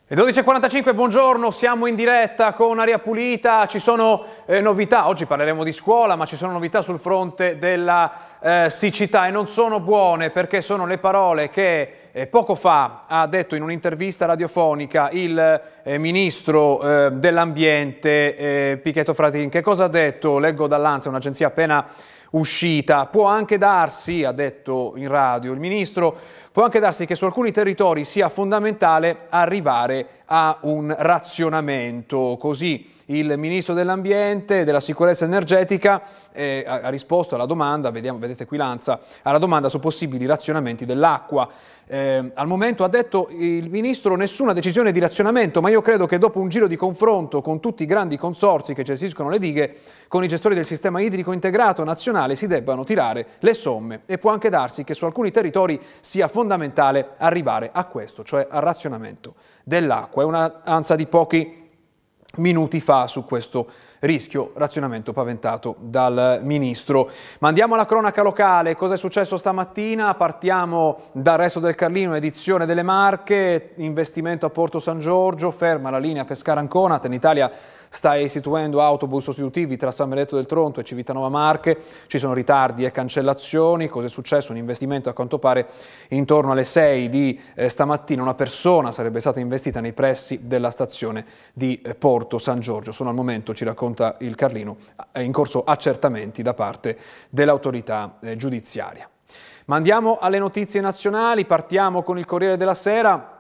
Le 12.45, buongiorno, siamo in diretta con Aria Pulita, ci sono novità, oggi parleremo di scuola, ma ci sono novità sul fronte della siccità e non sono buone perché sono le parole che poco fa ha detto in un'intervista radiofonica il ministro dell'ambiente Pichetto Fratin. Che cosa ha detto? Leggo dall'Ansa, un'agenzia appena uscita. Può anche darsi, ha detto in radio il ministro, può anche darsi che su alcuni territori sia fondamentale arrivare a un razionamento. Così il ministro dell'ambiente e della sicurezza energetica ha risposto alla domanda, vedete qui l'Ansa, alla domanda su possibili razionamenti dell'acqua. Al momento, ha detto il ministro, nessuna decisione di razionamento, ma io credo che dopo un giro di confronto con tutti i grandi consorzi che gestiscono le dighe, con i gestori del sistema idrico integrato nazionale, si debbano tirare le somme e può anche darsi che su alcuni territori sia fondamentale arrivare a questo, cioè al razionamento dell'acqua. È una ANSA di pochi minuti fa su questo rischio razionamento paventato dal ministro. Ma andiamo alla cronaca locale. Cosa è successo stamattina? Partiamo dal Resto del Carlino, edizione delle Marche, investimento a Porto San Giorgio, ferma la linea Pescara-Ancona. Trenitalia sta istituendo autobus sostitutivi tra San Benedetto del Tronto e Civitanova Marche. Ci sono ritardi e cancellazioni. Cosa è successo? Un investimento a quanto pare intorno alle 6 di stamattina. Una persona sarebbe stata investita nei pressi della stazione di Porto San Giorgio. Sono al momento, ci racconta il Carlino, in corso accertamenti da parte dell'autorità giudiziaria. Ma andiamo alle notizie nazionali. Partiamo con il Corriere della Sera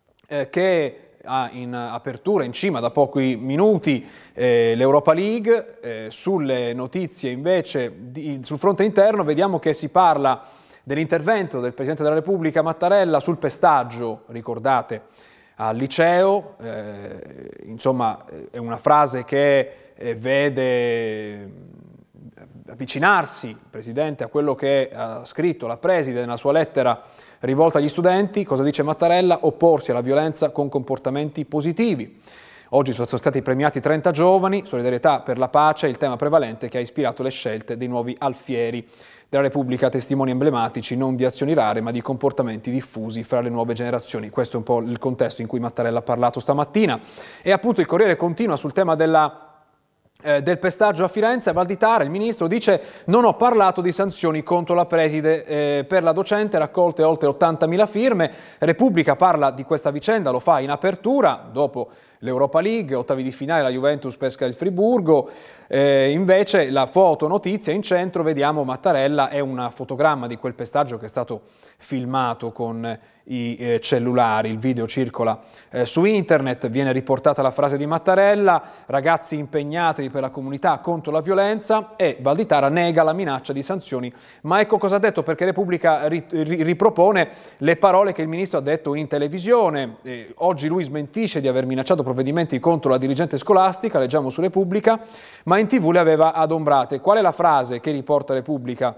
che ha in apertura, in cima da pochi minuti, l'Europa League. Sulle notizie invece sul fronte interno vediamo che si parla dell'intervento del Presidente della Repubblica Mattarella sul pestaggio, ricordate, al liceo. Insomma, è una frase che vede avvicinarsi il Presidente a quello che ha scritto la Preside nella sua lettera rivolta agli studenti. Cosa dice Mattarella? Opporsi alla violenza con comportamenti positivi. Oggi sono stati premiati 30 giovani, solidarietà per la pace è il tema prevalente che ha ispirato le scelte dei nuovi alfieri della Repubblica, testimoni emblematici non di azioni rare ma di comportamenti diffusi fra le nuove generazioni. Questo è un po' il contesto in cui Mattarella ha parlato stamattina. E appunto il Corriere continua sul tema del pestaggio a Firenze. Valditara, il ministro, dice: non ho parlato di sanzioni contro la preside per la docente, raccolte oltre 80.000 firme. Repubblica parla di questa vicenda, lo fa in apertura, dopo l'Europa League, ottavi di finale, la Juventus pesca il Friburgo. Invece la foto notizia in centro, vediamo Mattarella, è un fotogramma di quel pestaggio che è stato filmato con i cellulari. Il video circola su internet, viene riportata la frase di Mattarella: ragazzi impegnati per la comunità contro la violenza, e Valditara nega la minaccia di sanzioni. Ma ecco cosa ha detto, perché Repubblica ripropone le parole che il ministro ha detto in televisione. Oggi lui smentisce di aver minacciato provvedimenti contro la dirigente scolastica, leggiamo su Repubblica, ma in TV le aveva adombrate. Qual è la frase che riporta Repubblica?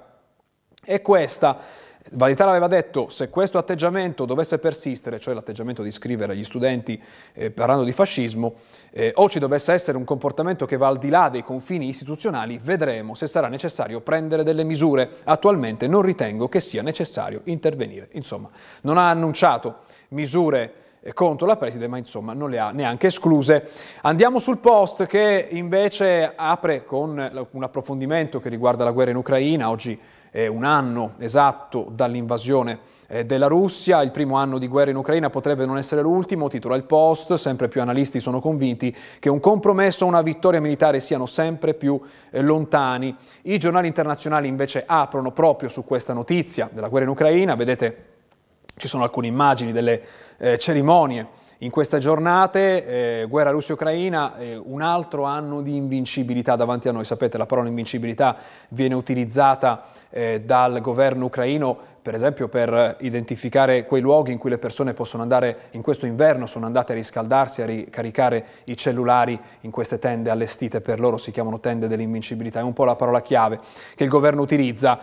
È questa. Valditara aveva detto: se questo atteggiamento dovesse persistere, cioè l'atteggiamento di scrivere agli studenti parlando di fascismo, o ci dovesse essere un comportamento che va al di là dei confini istituzionali, vedremo se sarà necessario prendere delle misure. Attualmente non ritengo che sia necessario intervenire. Insomma, non ha annunciato misure contro la preside, ma insomma non le ha neanche escluse. Andiamo sul Post, che invece apre con un approfondimento che riguarda la guerra in Ucraina. Oggi è un anno esatto dall'invasione della Russia. Il primo anno di guerra in Ucraina potrebbe non essere l'ultimo, titola il Post. Sempre più analisti sono convinti che un compromesso o una vittoria militare siano sempre più lontani. I giornali internazionali invece aprono proprio su questa notizia della guerra in Ucraina. Vedete, ci sono alcune immagini delle cerimonie in queste giornate. Guerra Russia-Ucraina, un altro anno di invincibilità davanti a noi. Sapete, la parola invincibilità viene utilizzata dal governo ucraino per esempio per identificare quei luoghi in cui le persone possono andare in questo inverno, sono andate a riscaldarsi, a ricaricare i cellulari in queste tende allestite per loro, si chiamano tende dell'invincibilità. È un po' la parola chiave che il governo utilizza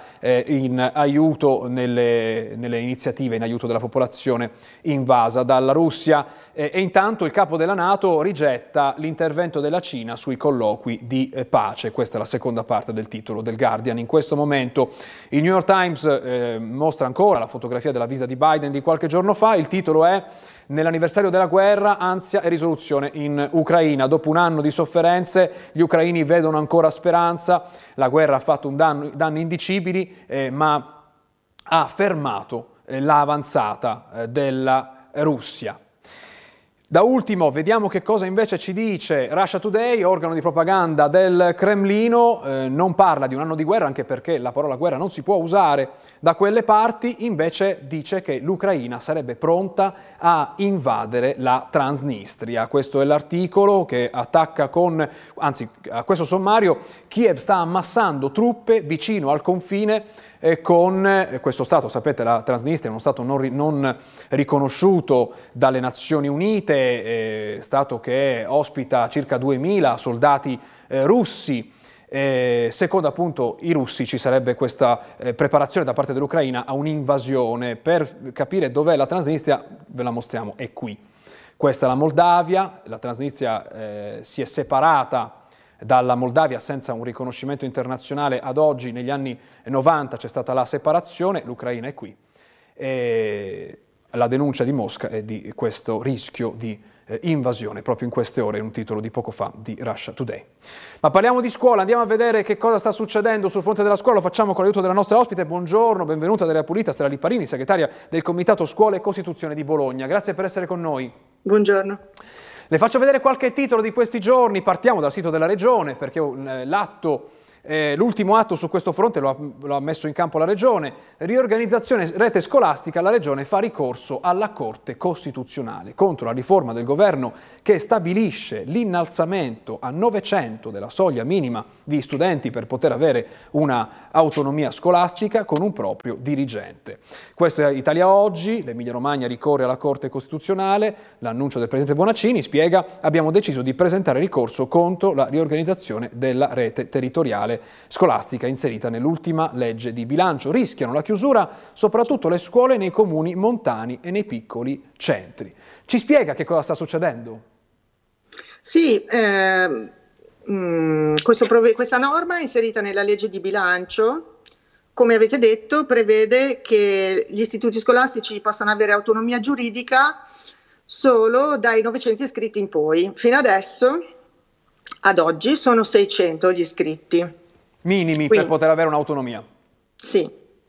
in aiuto nelle iniziative, in aiuto della popolazione invasa dalla Russia. E intanto il capo della NATO rigetta l'intervento della Cina sui colloqui di pace. Questa è la seconda parte del titolo del Guardian. In questo momento il New York Times mostra mostra ancora la fotografia della visita di Biden di qualche giorno fa. Il titolo è "Nell'anniversario della guerra, ansia e risoluzione in Ucraina". Dopo un anno di sofferenze, gli ucraini vedono ancora speranza. La guerra ha fatto danni indicibili, ma ha fermato l'avanzata della Russia. Da ultimo, vediamo che cosa invece ci dice Russia Today, organo di propaganda del Cremlino. Non parla di un anno di guerra, anche perché la parola guerra non si può usare da quelle parti, invece dice che l'Ucraina sarebbe pronta a invadere la Transnistria. Questo è l'articolo che attacca a questo sommario, Kiev sta ammassando truppe vicino al confine con questo Stato. Sapete, la Transnistria è uno Stato non riconosciuto dalle Nazioni Unite, Stato che ospita circa 2000 soldati russi. Secondo appunto i russi ci sarebbe questa preparazione da parte dell'Ucraina a un'invasione. Per capire dov'è la Transnistria ve la mostriamo, è qui. Questa è la Moldavia, la Transnistria si è separata dalla Moldavia senza un riconoscimento internazionale ad oggi. Negli anni 90 c'è stata la separazione, l'Ucraina è qui. La denuncia di Mosca è di questo rischio di invasione, proprio in queste ore, in un titolo di poco fa di Russia Today. Ma parliamo di scuola, andiamo a vedere che cosa sta succedendo sul fronte della scuola. Lo facciamo con l'aiuto della nostra ospite. Buongiorno, benvenuta Adria Pulita, Stella Lipparini, segretaria del Comitato Scuola e Costituzione di Bologna. Grazie per essere con noi. Buongiorno. Le faccio vedere qualche titolo di questi giorni. Partiamo dal sito della Regione, perché l'ultimo atto su questo fronte lo ha messo in campo la Regione. Riorganizzazione rete scolastica, la Regione fa ricorso alla Corte Costituzionale contro la riforma del governo che stabilisce l'innalzamento a 900 della soglia minima di studenti per poter avere una autonomia scolastica con un proprio dirigente. Questo è Italia Oggi. L'Emilia Romagna ricorre alla Corte Costituzionale. L'annuncio del Presidente Bonaccini spiega: abbiamo deciso di presentare ricorso contro la riorganizzazione della rete territoriale scolastica inserita nell'ultima legge di bilancio. Rischiano la chiusura soprattutto le scuole nei comuni montani e nei piccoli centri. Ci spiega che cosa sta succedendo? Sì, questa norma inserita nella legge di bilancio, come avete detto, prevede che gli istituti scolastici possano avere autonomia giuridica solo dai 900 iscritti in poi. Fino adesso, ad oggi, sono 600 gli iscritti. Minimi. Quindi, per poter avere un'autonomia. Sì.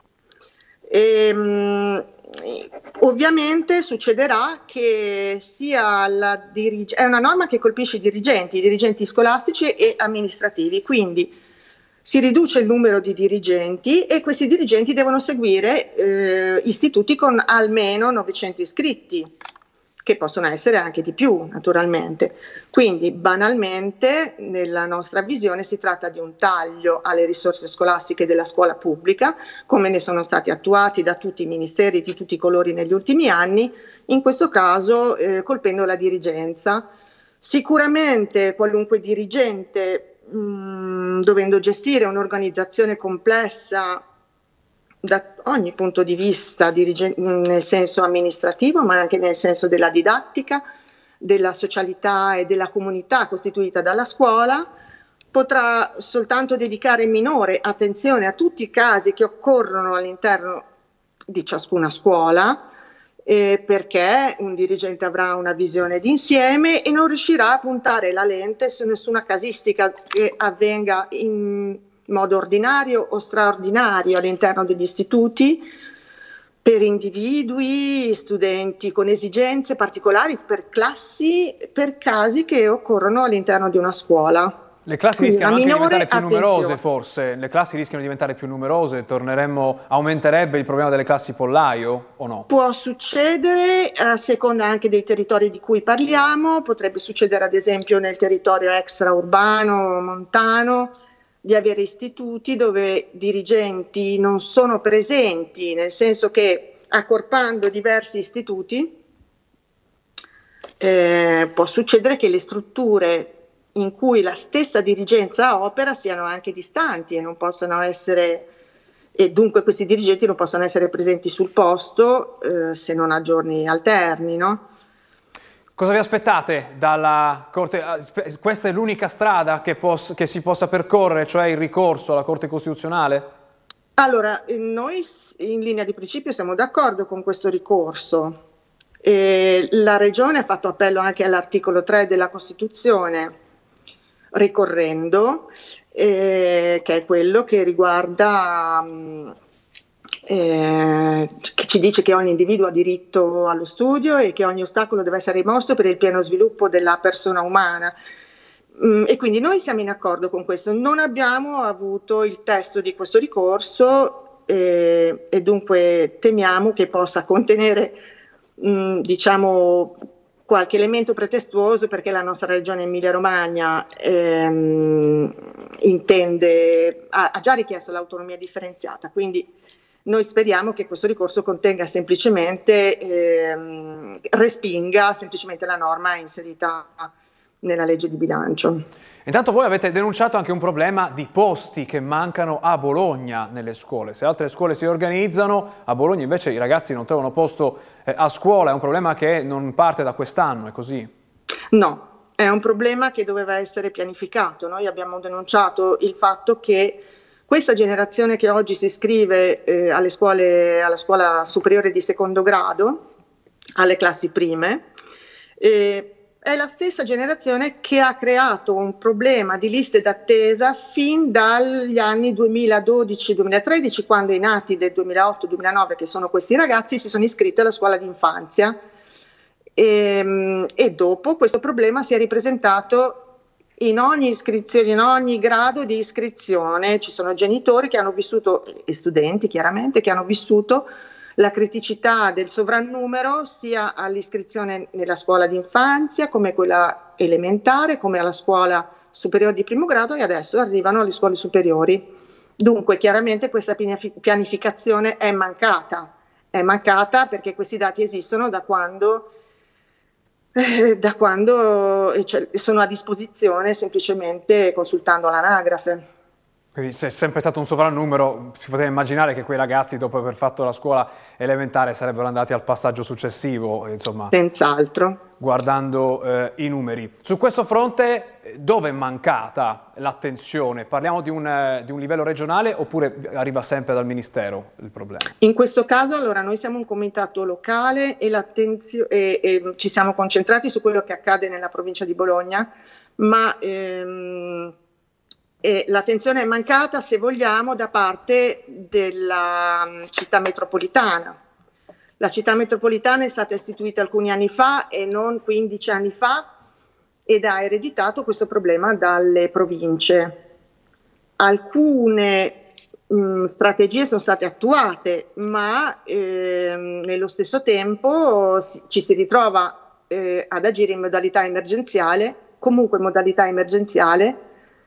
Ovviamente succederà che è una norma che colpisce i dirigenti scolastici e amministrativi, quindi si riduce il numero di dirigenti e questi dirigenti devono seguire istituti con almeno 900 iscritti, che possono essere anche di più, naturalmente. Quindi, banalmente, nella nostra visione si tratta di un taglio alle risorse scolastiche della scuola pubblica, come ne sono stati attuati da tutti i ministeri di tutti i colori negli ultimi anni, in questo caso colpendo la dirigenza. Sicuramente qualunque dirigente, dovendo gestire un'organizzazione complessa da ogni punto di vista, nel senso amministrativo, ma anche nel senso della didattica, della socialità e della comunità costituita dalla scuola, potrà soltanto dedicare minore attenzione a tutti i casi che occorrono all'interno di ciascuna scuola, perché un dirigente avrà una visione d'insieme e non riuscirà a puntare la lente su nessuna casistica che avvenga in modo ordinario o straordinario all'interno degli istituti per individui, studenti con esigenze particolari, per classi, per casi che occorrono all'interno di una scuola. Le classi rischiano anche di diventare più numerose, forse? Le classi rischiano di diventare più numerose, aumenterebbe il problema delle classi pollaio o no? Può succedere a seconda anche dei territori di cui parliamo, potrebbe succedere ad esempio nel territorio extraurbano, montano, di avere istituti dove dirigenti non sono presenti, nel senso che accorpando diversi istituti può succedere che le strutture in cui la stessa dirigenza opera siano anche distanti e non possono essere, e dunque questi dirigenti non possono essere presenti sul posto se non a giorni alterni, no? Cosa vi aspettate dalla Corte? Questa è l'unica strada che si possa percorrere, cioè il ricorso alla Corte Costituzionale? Allora, noi in linea di principio siamo d'accordo con questo ricorso. La Regione ha fatto appello anche all'articolo 3 della Costituzione, ricorrendo, che è quello che riguarda, che ci dice che ogni individuo ha diritto allo studio e che ogni ostacolo deve essere rimosso per il pieno sviluppo della persona umana. E quindi noi siamo in accordo con questo. Non abbiamo avuto il testo di questo ricorso e dunque temiamo che possa contenere diciamo qualche elemento pretestuoso, perché la nostra regione Emilia-Romagna ha già richiesto l'autonomia differenziata, quindi noi speriamo che questo ricorso contenga semplicemente, respinga semplicemente la norma inserita nella legge di bilancio. Intanto voi avete denunciato anche un problema di posti che mancano a Bologna nelle scuole. Se altre scuole si organizzano, a Bologna invece i ragazzi non trovano posto a scuola. È un problema che non parte da quest'anno, è così? No, è un problema che doveva essere pianificato. Noi abbiamo denunciato il fatto che questa generazione che oggi si iscrive alla scuola superiore di secondo grado, alle classi prime, è la stessa generazione che ha creato un problema di liste d'attesa fin dagli anni 2012-2013, quando i nati del 2008-2009, che sono questi ragazzi, si sono iscritti alla scuola d'infanzia, e dopo questo problema si è ripresentato in ogni iscrizione, in ogni grado di iscrizione. Ci sono genitori che hanno vissuto, e studenti chiaramente, che hanno vissuto la criticità del sovrannumero sia all'iscrizione nella scuola d'infanzia, come quella elementare, come alla scuola superiore di primo grado, e adesso arrivano alle scuole superiori. Dunque chiaramente questa pianificazione è mancata perché questi dati esistono da quando sono a disposizione semplicemente consultando l'anagrafe. Quindi se è sempre stato un sovrannumero, si poteva immaginare che quei ragazzi, dopo aver fatto la scuola elementare, sarebbero andati al passaggio successivo, insomma. Senz'altro. Guardando i numeri. Su questo fronte dove è mancata l'attenzione? Parliamo di un livello regionale oppure arriva sempre dal Ministero il problema? In questo caso allora noi siamo un comitato locale e ci siamo concentrati su quello che accade nella provincia di Bologna, ma l'attenzione è mancata, se vogliamo, da parte della città metropolitana. La città metropolitana è stata istituita alcuni anni fa e non 15 anni fa, ed ha ereditato questo problema dalle province. Alcune strategie sono state attuate, ma nello stesso tempo ci si ritrova ad agire in modalità emergenziale, comunque in modalità emergenziale,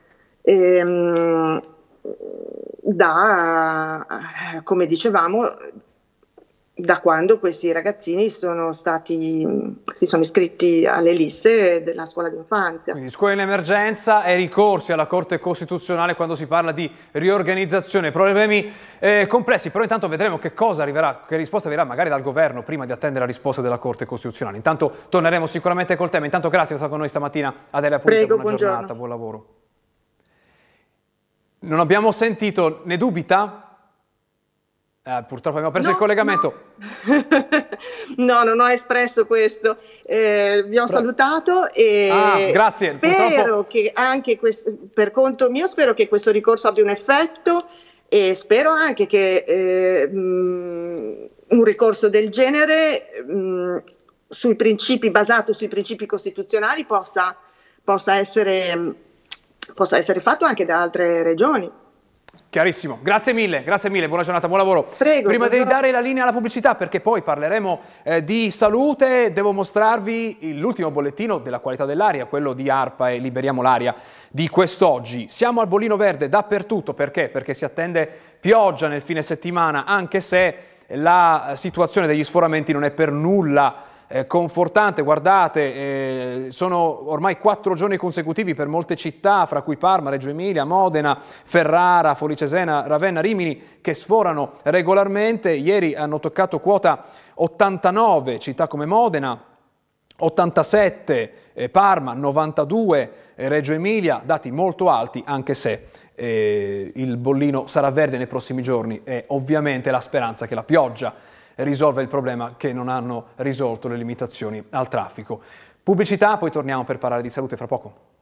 come dicevamo, da quando questi ragazzini si sono iscritti alle liste della scuola d'infanzia. Quindi scuola in emergenza e ricorsi alla Corte Costituzionale quando si parla di riorganizzazione, problemi complessi, però intanto vedremo che cosa arriverà, che risposta arriverà magari dal governo prima di attendere la risposta della Corte Costituzionale. Intanto torneremo sicuramente col tema. Intanto grazie per essere stato con noi stamattina, Adele Pulita. Prego, buona buongiorno. giornata, buon lavoro. Non abbiamo sentito, ne dubita? Purtroppo abbiamo perso il collegamento. No, non ho espresso questo. Vi ho salutato e grazie. Spero che anche per conto mio, spero che questo ricorso abbia un effetto, e spero anche che un ricorso del genere basato sui principi costituzionali possa essere fatto anche da altre regioni. Chiarissimo, grazie mille, buona giornata, buon lavoro. Prego, prima di dare la linea alla pubblicità, perché poi parleremo di salute, devo mostrarvi l'ultimo bollettino della qualità dell'aria, quello di ARPA e Liberiamo l'Aria di quest'oggi. Siamo al bollino verde dappertutto, perché? Perché si attende pioggia nel fine settimana, anche se la situazione degli sforamenti non è per nulla confortante. Guardate, sono ormai 4 giorni consecutivi per molte città, fra cui Parma, Reggio Emilia, Modena, Ferrara, Forlì Cesena, Ravenna, Rimini, che sforano regolarmente. Ieri hanno toccato quota 89 città come Modena, 87 Parma, 92 Reggio Emilia, dati molto alti, anche se il bollino sarà verde nei prossimi giorni e ovviamente la speranza che la pioggia risolva il problema che non hanno risolto le limitazioni al traffico. Pubblicità, poi torniamo per parlare di salute fra poco.